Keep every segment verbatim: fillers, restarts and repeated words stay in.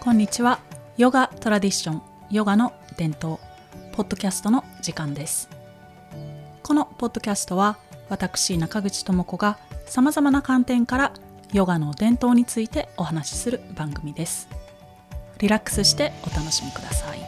こんにちは。ヨガトラディション、ヨガの伝統、ポッドキャストの時間です。このポッドキャストは私中口智子がさまざまな観点からヨガの伝統についてお話しする番組です。リラックスしてお楽しみください。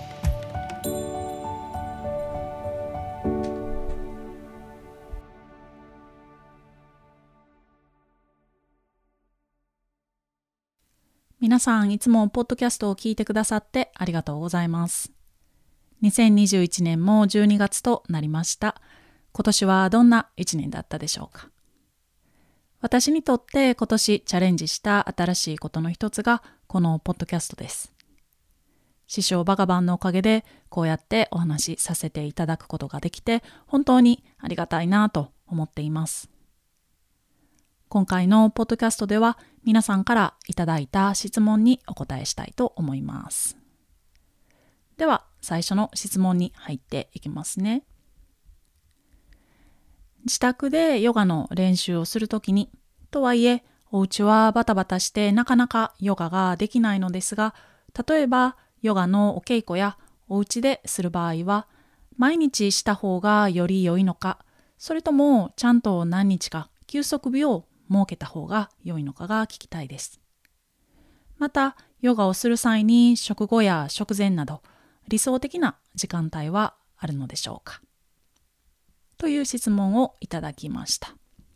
皆さんいつもポッドキャストを聞いてくださってありがとうございます。にせんにじゅういちねんもじゅうにがつとなりました。今年はどんないちねんだったでしょうか。私にとって今年チャレンジした新しいことの一つがこのポッドキャストです。師匠バガバンのおかげでこうやってお話しさせていただくことができて本当にありがたいなと思っています。今回のポッドキャストでは皆さんからいただいた質問にお答えしたいと思います。では最初の質問に入っていきますね。自宅でヨガの練習をするときに、とはいえお家はバタバタしてなかなかヨガができないのですが、例えばヨガのお稽古やお家でする場合は毎日した方がより良いのか、それともちゃんと何日か休息日を設けた方が良いのかが聞きたいです。またヨガをする際に食後や食前など理想的な時間帯はあるのでしょうか、という質問をいただきました。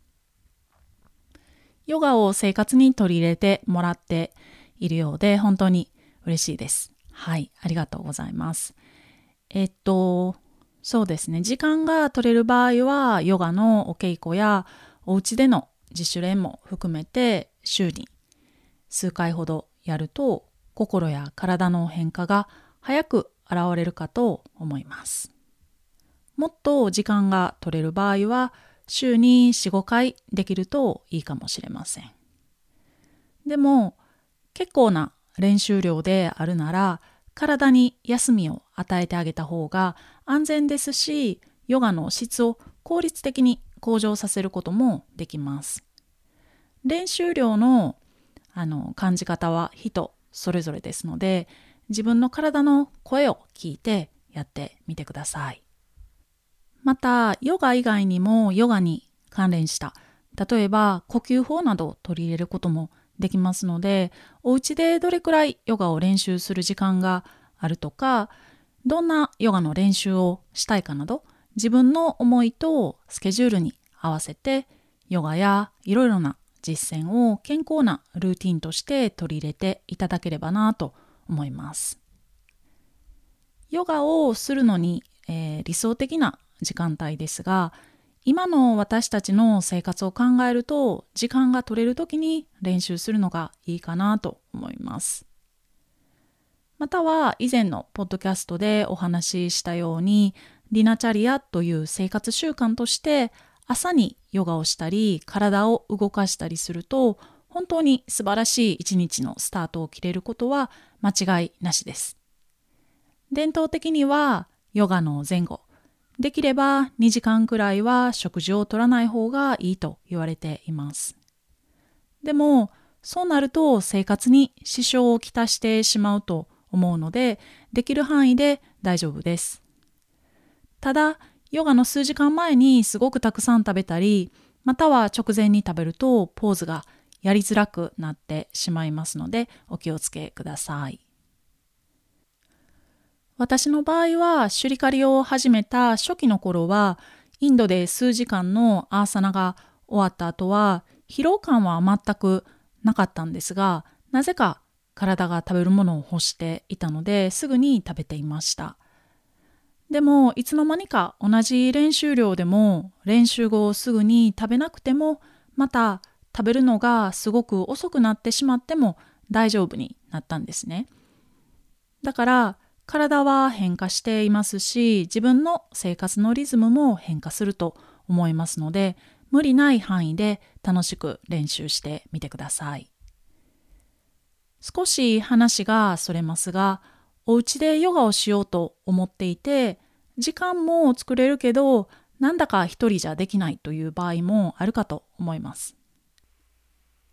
ヨガを生活に取り入れてもらっているようで本当に嬉しいです。はい、ありがとうございます。えっとそうですね、時間が取れる場合はヨガのお稽古やお家での自主練も含めて週に数回ほどやると心や体の変化が早く現れるかと思います。もっと時間が取れる場合は週に よん、ごかいできるといいかもしれません。でも結構な練習量であるなら体に休みを与えてあげた方が安全ですし、ヨガの質を効率的に向上させることもできます。練習量の、あの感じ方は人それぞれですので、自分の体の声を聞いてやってみてください。またヨガ以外にもヨガに関連した例えば呼吸法などを取り入れることもできますので、お家でどれくらいヨガを練習する時間があるとか、どんなヨガの練習をしたいかなど、自分の思いとスケジュールに合わせてヨガやいろいろな実践を健康なルーティンとして取り入れていただければなと思います。ヨガをするのに、えー、理想的な時間帯ですが、今の私たちの生活を考えると時間が取れるときに練習するのがいいかなと思います。または以前のポッドキャストでお話ししたようにディナチャリアという生活習慣として朝にヨガをしたり体を動かしたりすると本当に素晴らしい一日のスタートを切れることは間違いなしです。伝統的にはヨガの前後、できればにじかんくらいは食事を取らない方がいいと言われています。でもそうなると生活に支障をきたしてしまうと思うので、できる範囲で大丈夫です。ただヨガの数時間前にすごくたくさん食べたり、または直前に食べるとポーズがやりづらくなってしまいますのでお気をつけください。私の場合はシュリカリを始めた初期の頃はインドで数時間のアーサナが終わった後は疲労感は全くなかったんですが、なぜか体が食べるものを欲していたのですぐに食べていました。でもいつの間にか同じ練習量でも練習後すぐに食べなくても、また食べるのがすごく遅くなってしまっても大丈夫になったんですね。だから体は変化していますし、自分の生活のリズムも変化すると思いますので、無理ない範囲で楽しく練習してみてください。少し話がそれますが、お家でヨガをしようと思っていて、時間も作れるけど、なんだか一人じゃできないという場合もあるかと思います。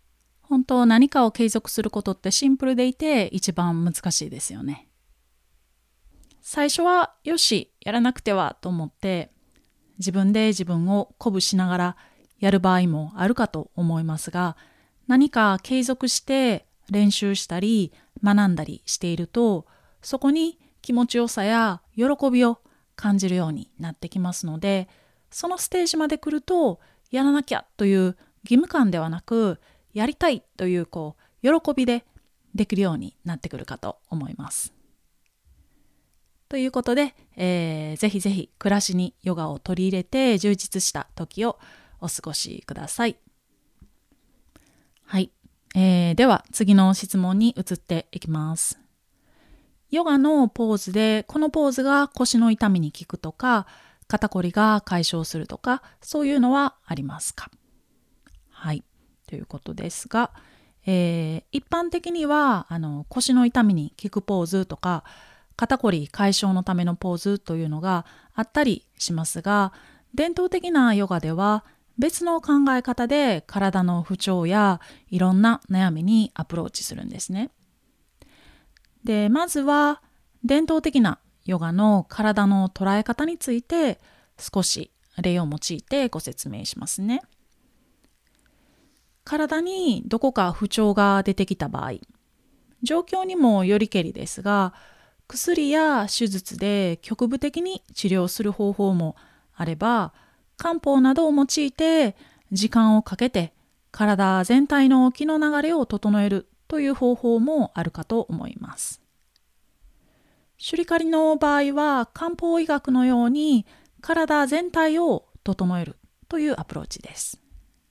本当何かを継続することってシンプルでいて一番難しいですよね。最初はよしやらなくてはと思って自分で自分を鼓舞しながらやる場合もあるかと思いますが、何か継続して練習したり学んだりしていると、そこに気持ちよさや喜びを感じるようになってきますので、そのステージまで来るとやらなきゃという義務感ではなく、やりたいというこう喜びでできるようになってくるかと思います。ということで、えー、ぜひぜひ暮らしにヨガを取り入れて充実した時をお過ごしください。はい、えー、では次の質問に移っていきます。ヨガのポーズでこのポーズが腰の痛みに効くとか、肩こりが解消するとか、そういうのはありますか？はい。ということですが、えー、一般的にはあの腰の痛みに効くポーズとか肩こり解消のためのポーズというのがあったりしますが、伝統的なヨガでは別の考え方で体の不調やいろんな悩みにアプローチするんですね。で、まずは伝統的なヨガの体の捉え方について少し例を用いてご説明しますね。体にどこか不調が出てきた場合、状況にもよりけりですが、薬や手術で局部的に治療する方法もあれば、漢方などを用いて時間をかけて体全体の気の流れを整えるという方法もあるかと思います。シュリカリの場合は漢方医学のように体全体を整えるというアプローチです。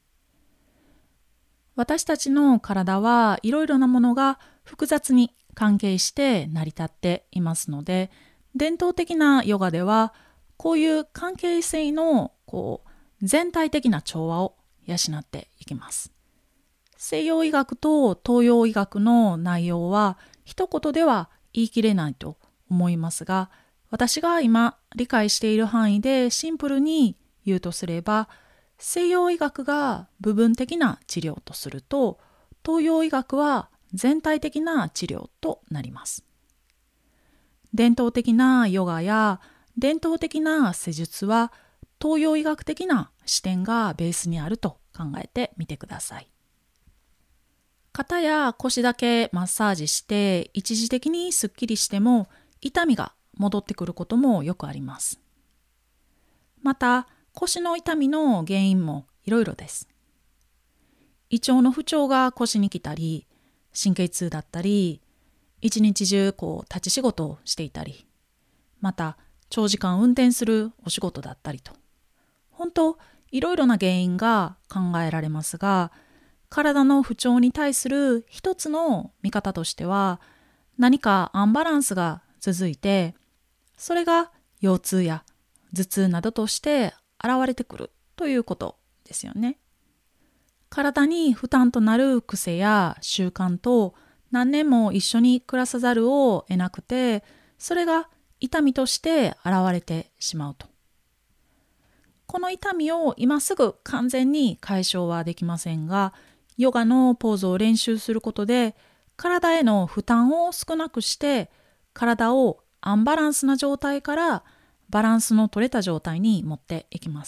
私たちの体はいろいろなものが複雑に関係して成り立っていますので、伝統的なヨガではこういう関係性のこう全体的な調和を養っていきます。西洋医学と東洋医学の内容は一言では言い切れないと思いますが、私が今理解している範囲でシンプルに言うとすれば、西洋医学が部分的な治療とすると、東洋医学は全体的な治療となります。伝統的なヨガや伝統的な施術は東洋医学的な視点がベースにあると考えてみてください。肩や腰だけマッサージして一時的にすっきりしても痛みが戻ってくることもよくあります。また腰の痛みの原因もいろいろです。胃腸の不調が腰に来たり、神経痛だったり、一日中こう立ち仕事をしていたり、また長時間運転するお仕事だったりと、本当いろいろな原因が考えられますが、体の不調に対する一つの見方としては、何かアンバランスが続いて、それが腰痛や頭痛などとして現れてくるということですよね。体に負担となる癖や習慣と何年も一緒に暮らさざるを得なくて、それが痛みとして現れてしまうと。この痛みを今すぐ完全に解消はできませんが、ヨガのポーズを練習することで体への負担を少なくして、体をアンバランスな状態からバランスの取れた状態に持っていきます。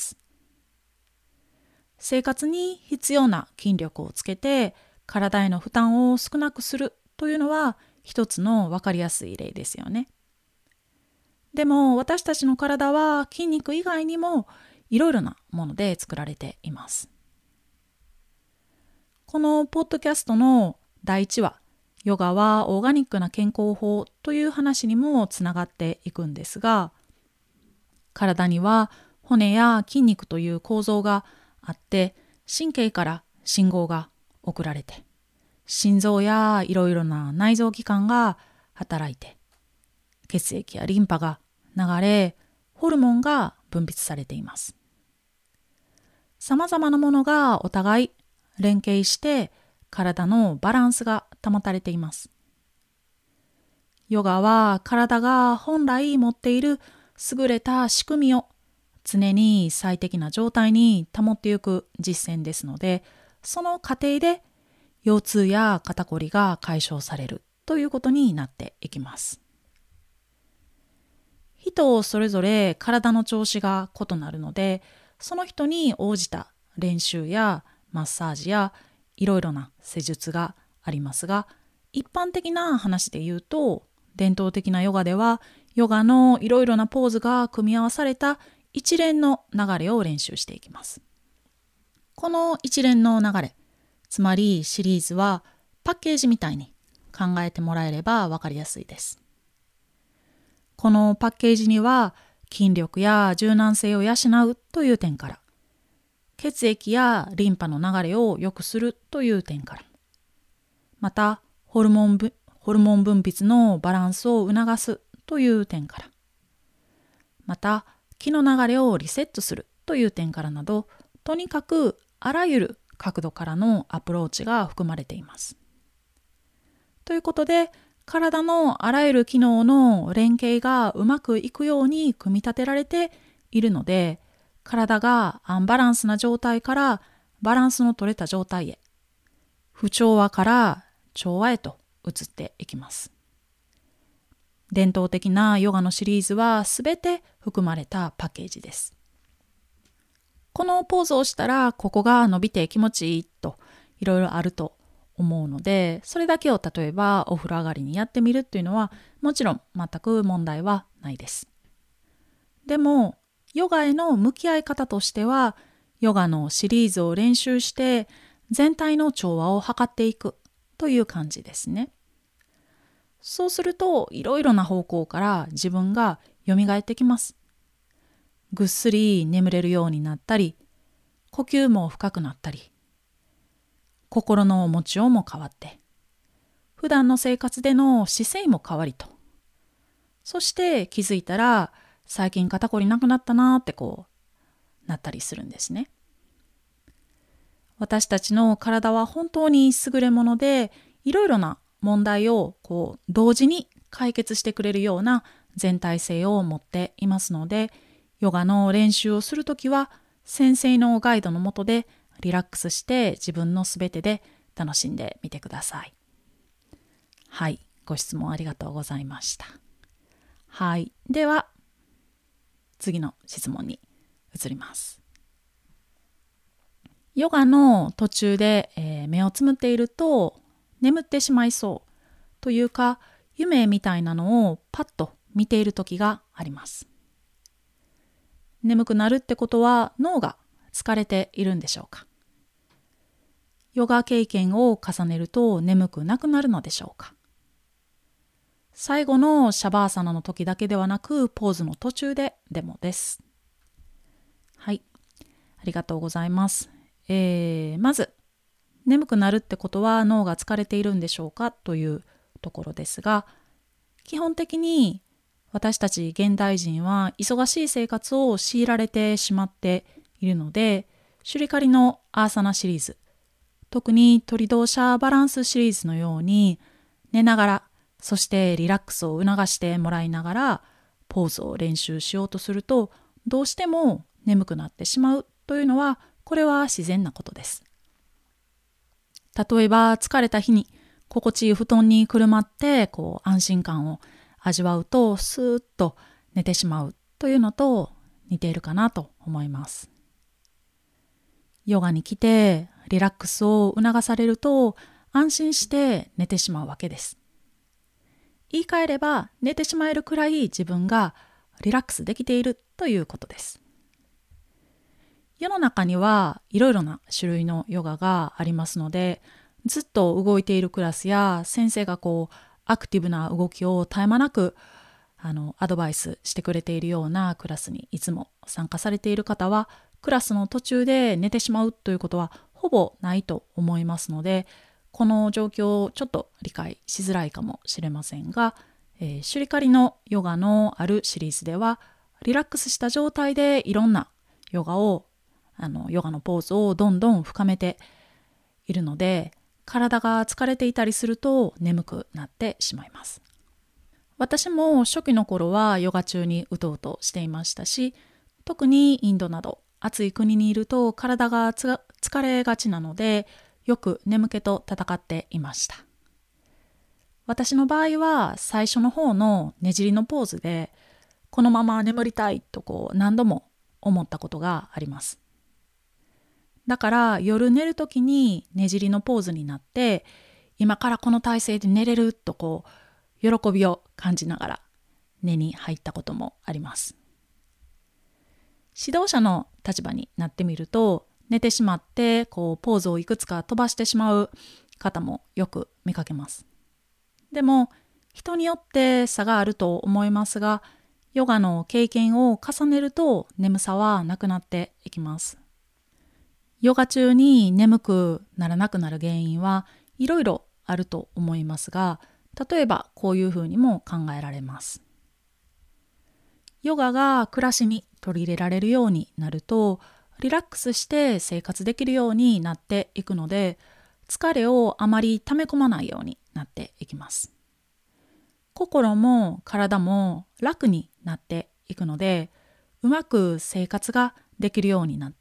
生活に必要な筋力をつけて体への負担を少なくするというのは一つの分かりやすい例ですよね。でも私たちの体は筋肉以外にもいろいろなもので作られています。このポッドキャストのだいいちわ、ヨガはオーガニックな健康法という話にもつながっていくんですが、体には骨や筋肉という構造があって、神経から信号が送られて、心臓やいろいろな内臓器官が働いて、血液やリンパが流れ、ホルモンが分泌されています。さまざまなものがお互い連携して体のバランスが保たれています。ヨガは体が本来持っている優れた仕組みを常に最適な状態に保っていく実践ですので、その過程で腰痛や肩こりが解消されるということになっていきます。人それぞれ体の調子が異なるので、その人に応じた練習やマッサージやいろいろな施術がありますが、一般的な話で言うと、伝統的なヨガではヨガのいろいろなポーズが組み合わされた一連の流れを練習していきます。この一連の流れ、つまりシリーズはパッケージみたいに考えてもらえれば分かりやすいです。このパッケージには筋力や柔軟性を養うという点から、血液やリンパの流れを良くするという点から、またホルモンぶホルモン分泌のバランスを促すという点から、また気の流れをリセットするという点からなど、とにかくあらゆる角度からのアプローチが含まれています。ということで、体のあらゆる機能の連携がうまくいくように組み立てられているので、体がアンバランスな状態からバランスの取れた状態へ、不調和から調和へと移っていきます。伝統的なヨガのシリーズはすべて含まれたパッケージです。このポーズをしたらここが伸びて気持ちいいといろいろあると思うので、それだけを例えばお風呂上がりにやってみるっていうのはもちろん全く問題はないです。でもヨガへの向き合い方としては、ヨガのシリーズを練習して全体の調和を図っていくという感じですね。そうするといろいろな方向から自分が蘇ってきます。ぐっすり眠れるようになったり、呼吸も深くなったり、心の持ちようも変わって、普段の生活での姿勢も変わりと、そして気づいたら最近肩こりなくなったなーってこうなったりするんですね。私たちの体は本当に優れもので、いろいろな問題をこう同時に解決してくれるような全体性を持っていますので、ヨガの練習をするときは先生のガイドのもとでリラックスして自分のすべてで楽しんでみてください。はい、ご質問ありがとうございました。はい、では次の質問に移ります。ヨガの途中で、えー、目をつむっていると眠ってしまいそうというか、夢みたいなのをパッと見ている時があります。眠くなるってことは脳が疲れているんでしょうか。ヨガ経験を重ねると眠くなくなるのでしょうか。最後のシャバーサナの時だけではなく、ポーズの途中ででもです。はい、ありがとうございます。えー、まず眠くなるってことは脳が疲れているんでしょうかというところですが、基本的に私たち現代人は忙しい生活を強いられてしまっているので、シュリカリのアーサナシリーズ、特にトリドーシャバランスシリーズのように寝ながら、そしてリラックスを促してもらいながらポーズを練習しようとすると、どうしても眠くなってしまうというのは、これは自然なことです。例えば疲れた日に心地いい布団にくるまってこう安心感を味わうとスーッと寝てしまうというのと似ているかなと思います。ヨガに来てリラックスを促されると安心して寝てしまうわけです。言い換えれば寝てしまえるくらい自分がリラックスできているということです。世の中にはいろいろな種類のヨガがありますので、ずっと動いているクラスや先生がこうアクティブな動きを絶え間なくあのアドバイスしてくれているようなクラスにいつも参加されている方は、クラスの途中で寝てしまうということはほぼないと思いますので、この状況をちょっと理解しづらいかもしれませんが、えー、シュリカリのヨガのあるシリーズではリラックスした状態でいろんなヨガをあのヨガのポーズをどんどん深めているので、体が疲れていたりすると眠くなってしまいます。私も初期の頃はヨガ中にうとうとしていましたし、特にインドなど暑い国にいると体がつ疲れがちなので、 よく眠気と戦っていました。私の場合は最初の方のねじりのポーズでこのまま眠りたいとこう何度も思ったことがあります。だから夜寝るときにねじりのポーズになって今からこの体勢で寝れるとこう喜びを感じながら寝に入ったこともあります。指導者の立場になってみると寝てしまってこうポーズをいくつか飛ばしてしまう方もよく見かけます。でも人によって差があると思いますが、ヨガの経験を重ねると眠さはなくなっていきます。ヨガ中に眠くならなくなる原因はいろいろあると思いますが、例えばこういうふうにも考えられます。ヨガが暮らしに取り入れられるようになると、リラックスして生活できるようになっていくので、疲れをあまり溜め込まないようになっていきます。心も体も楽になっていくので、うまく生活ができるようになって、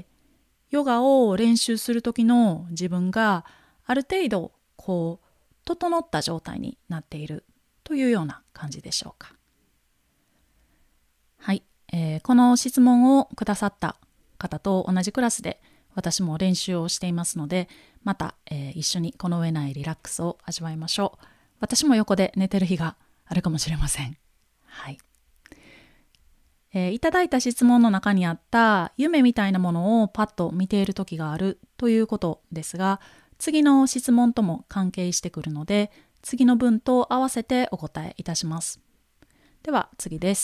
ヨガを練習する時の自分がある程度こう整った状態になっているというような感じでしょうか。はい、えー、この質問をくださった方と同じクラスで私も練習をしていますので、また、えー、一緒にこの上ないリラックスを味わいましょう。私も横で寝てる日があるかもしれません。はい。えー、いただいた質問の中にあった夢みたいなものをパッと見ている時があるということですが、次の質問とも関係してくるので、次の文と合わせてお答えいたします。では次です。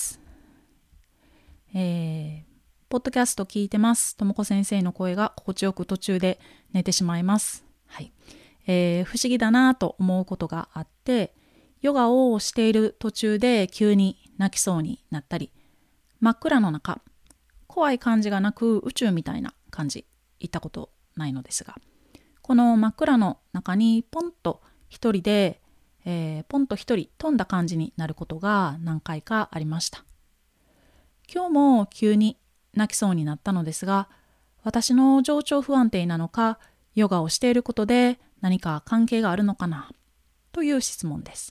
えーポッドキャスト聞いてます。ともこ先生の声が心地よく途中で寝てしまいます。はい。えー、不思議だなと思うことがあって、ヨガをしている途中で急に泣きそうになったり、真っ暗の中、怖い感じがなく宇宙みたいな感じ、行ったことないのですが、この真っ暗の中にポンと一人で、えー、ポンと一人飛んだ感じになることが何回かありました。今日も急に泣きそうになったのですが、私の情緒不安定なのか、ヨガをしていることで何か関係があるのかなという質問です。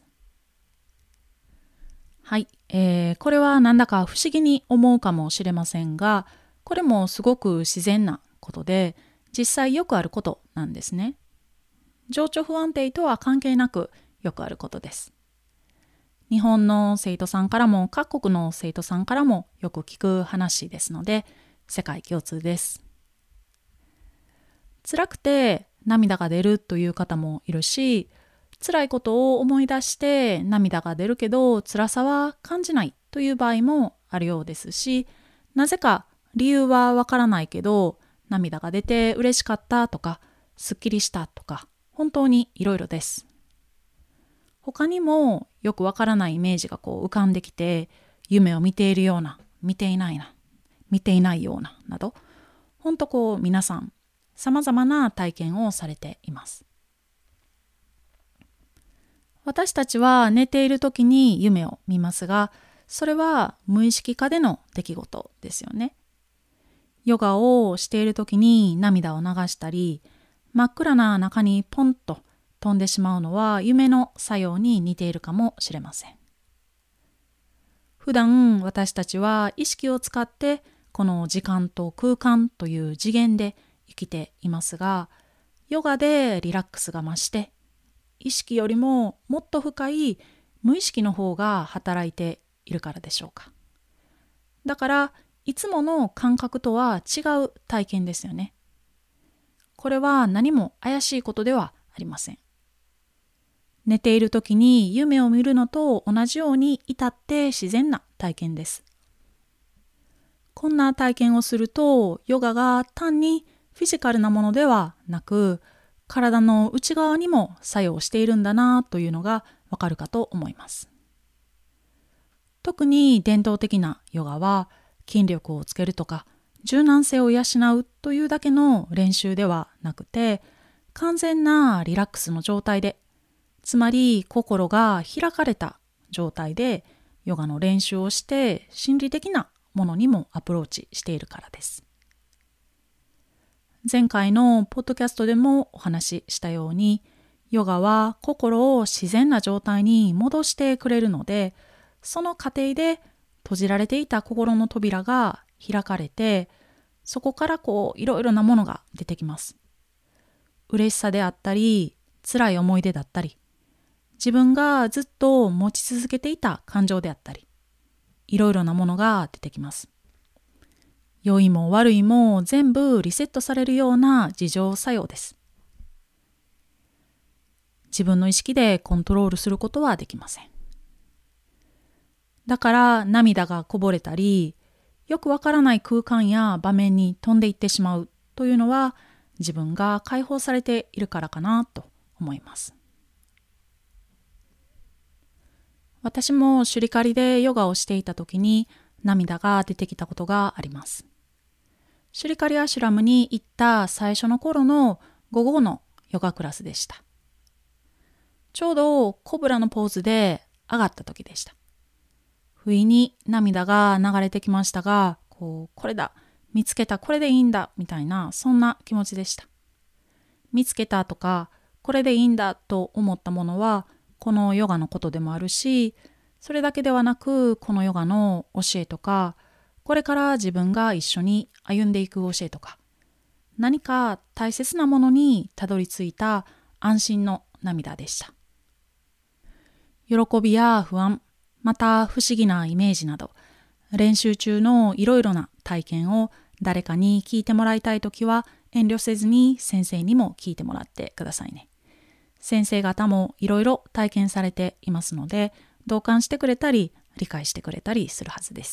はい、えー、これはなんだか不思議に思うかもしれませんが、これもすごく自然なことで、実際よくあることなんですね。情緒不安定とは関係なくよくあることです。日本の生徒さんからも各国の生徒さんからもよく聞く話ですので、世界共通です。辛くて涙が出るという方もいるし、辛いことを思い出して涙が出るけど辛さは感じないという場合もあるようですし、なぜか理由はわからないけど涙が出て嬉しかったとかすっきりしたとか、本当にいろいろです。他にもよくわからないイメージがこう浮かんできて、夢を見ているような、見ていないな、見ていないようななど、ほんとこう皆さん様々な体験をされています。私たちは寝ている時に夢を見ますが、それは無意識下での出来事ですよね。ヨガをしている時に涙を流したり、真っ暗な中にポンと飛んでしまうのは夢の作用に似ているかもしれません。普段私たちは意識を使ってこの時間と空間という次元で生きていますが、ヨガでリラックスが増して、意識よりももっと深い無意識の方が働いているからでしょうか。だからいつもの感覚とは違う体験ですよね。これは何も怪しいことではありません。寝ている時に夢を見るのと同じように至って自然な体験です。こんな体験をすると、ヨガが単にフィジカルなものではなく、体の内側にも作用しているんだなというのがわかるかと思います。特に伝統的なヨガは筋力をつけるとか柔軟性を養うというだけの練習ではなくて、完全なリラックスの状態で、つまり心が開かれた状態でヨガの練習をして心理的なものにもアプローチしているからです。 前回のポッドキャストでもお話ししたように、ヨガは心を自然な状態に戻してくれるので、その過程で閉じられていた心の扉が開かれて、そこからこういろいろなものが出てきます。嬉しさであったり、辛い思い出だったり、自分がずっと持ち続けていた感情であったり、いろいろなものが出てきます。良いも悪いも全部リセットされるような自浄作用です。自分の意識でコントロールすることはできません。だから涙がこぼれたり、よくわからない空間や場面に飛んでいってしまうというのは、自分が解放されているからかなと思います。私もシュリカリでヨガをしていた時に涙が出てきたことがあります。シュリカリアシュラムに行った最初の頃の午後のヨガクラスでした。ちょうどコブラのポーズで上がった時でした。不意に涙が流れてきましたが、こう、これだ、見つけた、これでいいんだ、みたいな、そんな気持ちでした。見つけたとか、これでいいんだと思ったものは、このヨガのことでもあるし、それだけではなく、このヨガの教えとか、これから自分が一緒に歩んでいく教えとか、何か大切なものにたどり着いた安心の涙でした。喜びや不安、また不思議なイメージなど、練習中のいろいろな体験を誰かに聞いてもらいたいときは、遠慮せずに先生にも聞いてもらってくださいね。先生方もいろいろ体験されていますので、同感してくれたり、理解してくれたりするはずです。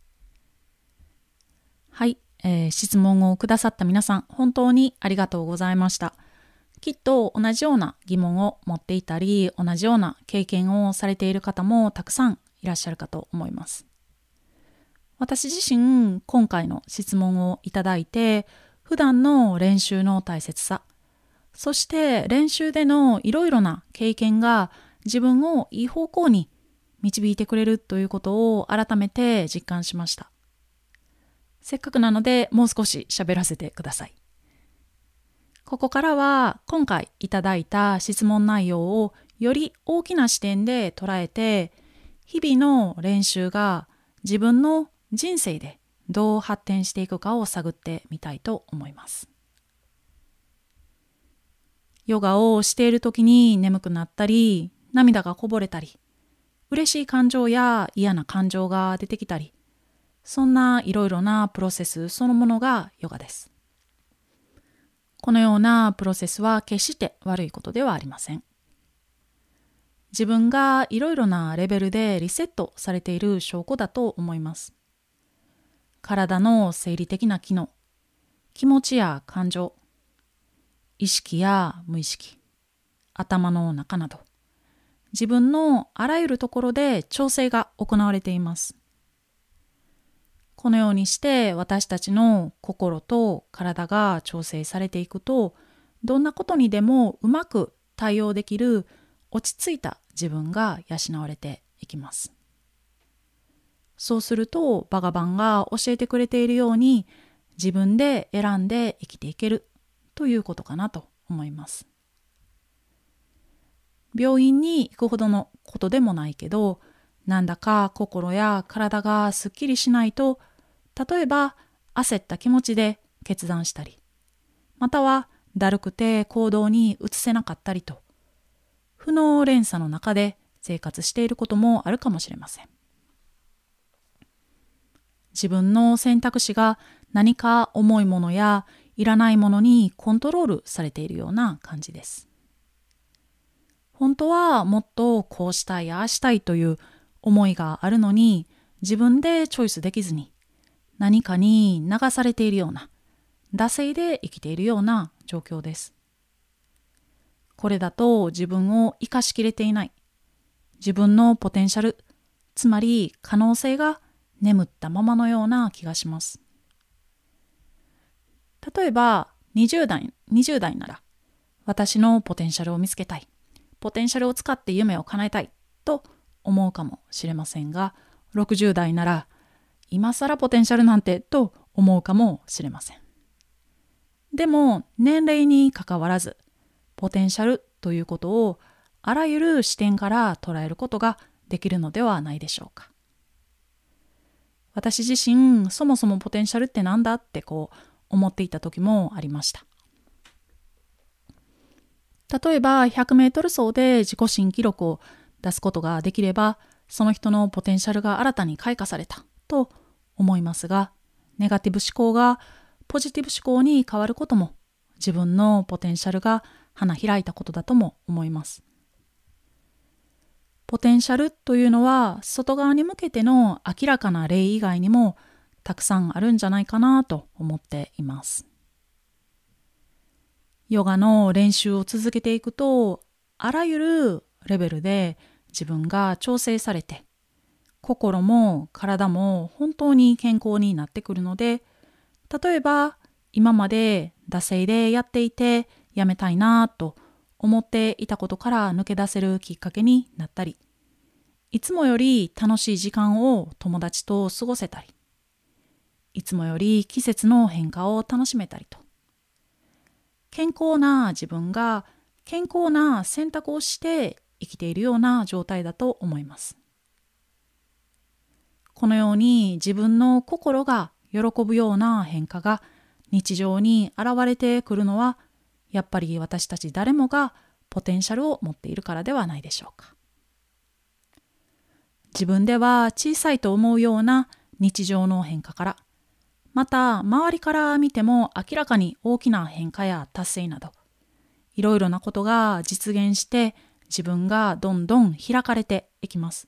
はい、えー、質問をくださった皆さん、本当にありがとうございました。きっと同じような疑問を持っていたり、同じような経験をされている方もたくさんいらっしゃるかと思います。私自身、今回の質問をいただいて、普段の練習の大切さ、そして練習でのいろいろな経験が自分をいい方向に導いてくれるということを改めて実感しました。せっかくなのでもう少し喋らせてください。ここからは今回いただいた質問内容をより大きな視点で捉えて、日々の練習が自分の人生でどう発展していくかを探ってみたいと思います。ヨガをしている時に眠くなったり、涙がこぼれたり、嬉しい感情や嫌な感情が出てきたり、そんないろいろなプロセスそのものがヨガです。このようなプロセスは決して悪いことではありません。自分がいろいろなレベルでリセットされている証拠だと思います。体の生理的な機能、気持ちや感情、意識や無意識、頭の中など、自分のあらゆるところで調整が行われています。このようにして私たちの心と体が調整されていくと、どんなことにでもうまく対応できる落ち着いた自分が養われていきます。そうするとバガバンが教えてくれているように、自分で選んで生きていけるということかなと思います。病院に行くほどのことでもないけど、なんだか心や体がすっきりしないと、例えば焦った気持ちで決断したり、またはだるくて行動に移せなかったりと、負の連鎖の中で生活していることもあるかもしれません。自分の選択肢が何か重いものやいらないものにコントロールされているような感じです。本当はもっとこうしたい、ああしたいという思いがあるのに、自分でチョイスできずに何かに流されているような、惰性で生きているような状況です。これだと自分を生かしきれていない、自分のポテンシャル、つまり可能性が眠ったままのような気がします。例えばにじゅう代、にじゅう代なら、私のポテンシャルを見つけたい、ポテンシャルを使って夢を叶えたいと思うかもしれませんが、ろくじゅう代なら今更ポテンシャルなんてと思うかもしれません。 でも年齢にかかわらず、ポテンシャルということをあらゆる視点から捉えることができるのではないでしょうか。私自身、そもそもポテンシャルってなんだってこう思っていた時もありました。例えばひゃくメートル走で自己新記録を出すことができれば、その人のポテンシャルが新たに開花されたと思いますが、ネガティブ思考がポジティブ思考に変わることも、自分のポテンシャルが花開いたことだとも思います。ポテンシャルというのは外側に向けての明らかな例以外にもたくさんあるんじゃないかなと思っています。ヨガの練習を続けていくと、あらゆるレベルで自分が調整されて、心も体も本当に健康になってくるので、例えば今まで惰性でやっていてやめたいなと思っていたことから抜け出せるきっかけになったり、いつもより楽しい時間を友達と過ごせたり、いつもより季節の変化を楽しめたりと、健康な自分が健康な選択をして生きているような状態だと思います。このように自分の心が喜ぶような変化が日常に現れてくるのは、やっぱり私たち誰もがポテンシャルを持っているからではないでしょうか。自分では小さいと思うような日常の変化から、また周りから見ても明らかに大きな変化や達成など、いろいろなことが実現して自分がどんどん開かれていきます。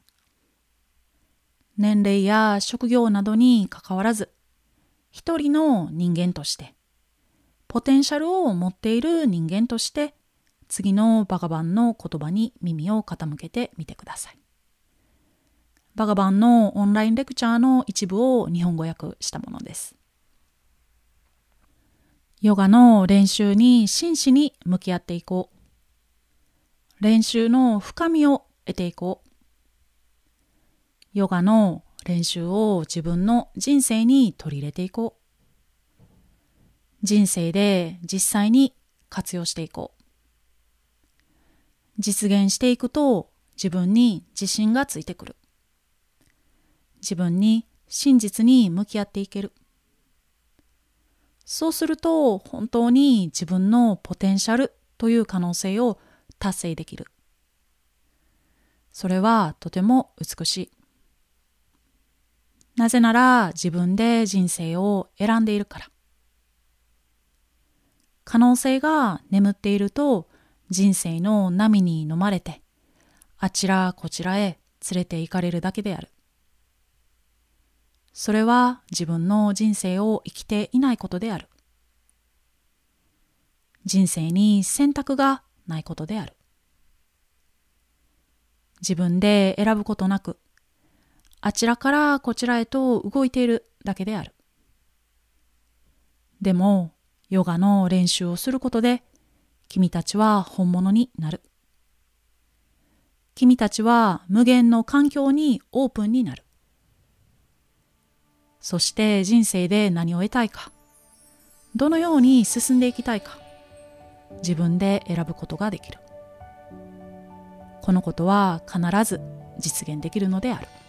年齢や職業などにかかわらず、一人の人間として、ポテンシャルを持っている人間として、次のバガバンの言葉に耳を傾けてみてください。バガバンのオンラインレクチャーの一部を日本語訳したものです。ヨガの練習に真摯に向き合っていこう。練習の深みを得ていこう。ヨガの練習を自分の人生に取り入れていこう。人生で実際に活用していこう。実現していくと自分に自信がついてくる。自分に真実に向き合っていける。そうすると本当に自分のポテンシャルという可能性を達成できる。それはとても美しい。なぜなら自分で人生を選んでいるから。可能性が眠っていると人生の波に飲まれてあちらこちらへ連れて行かれるだけである。それは自分の人生を生きていないことである。人生に選択がないことである。自分で選ぶことなく、あちらからこちらへと動いているだけである。でも、ヨガの練習をすることで、君たちは本物になる。君たちは無限の環境にオープンになる。そして人生で何を得たいか、どのように進んでいきたいか、自分で選ぶことができる。このことは必ず実現できるのである。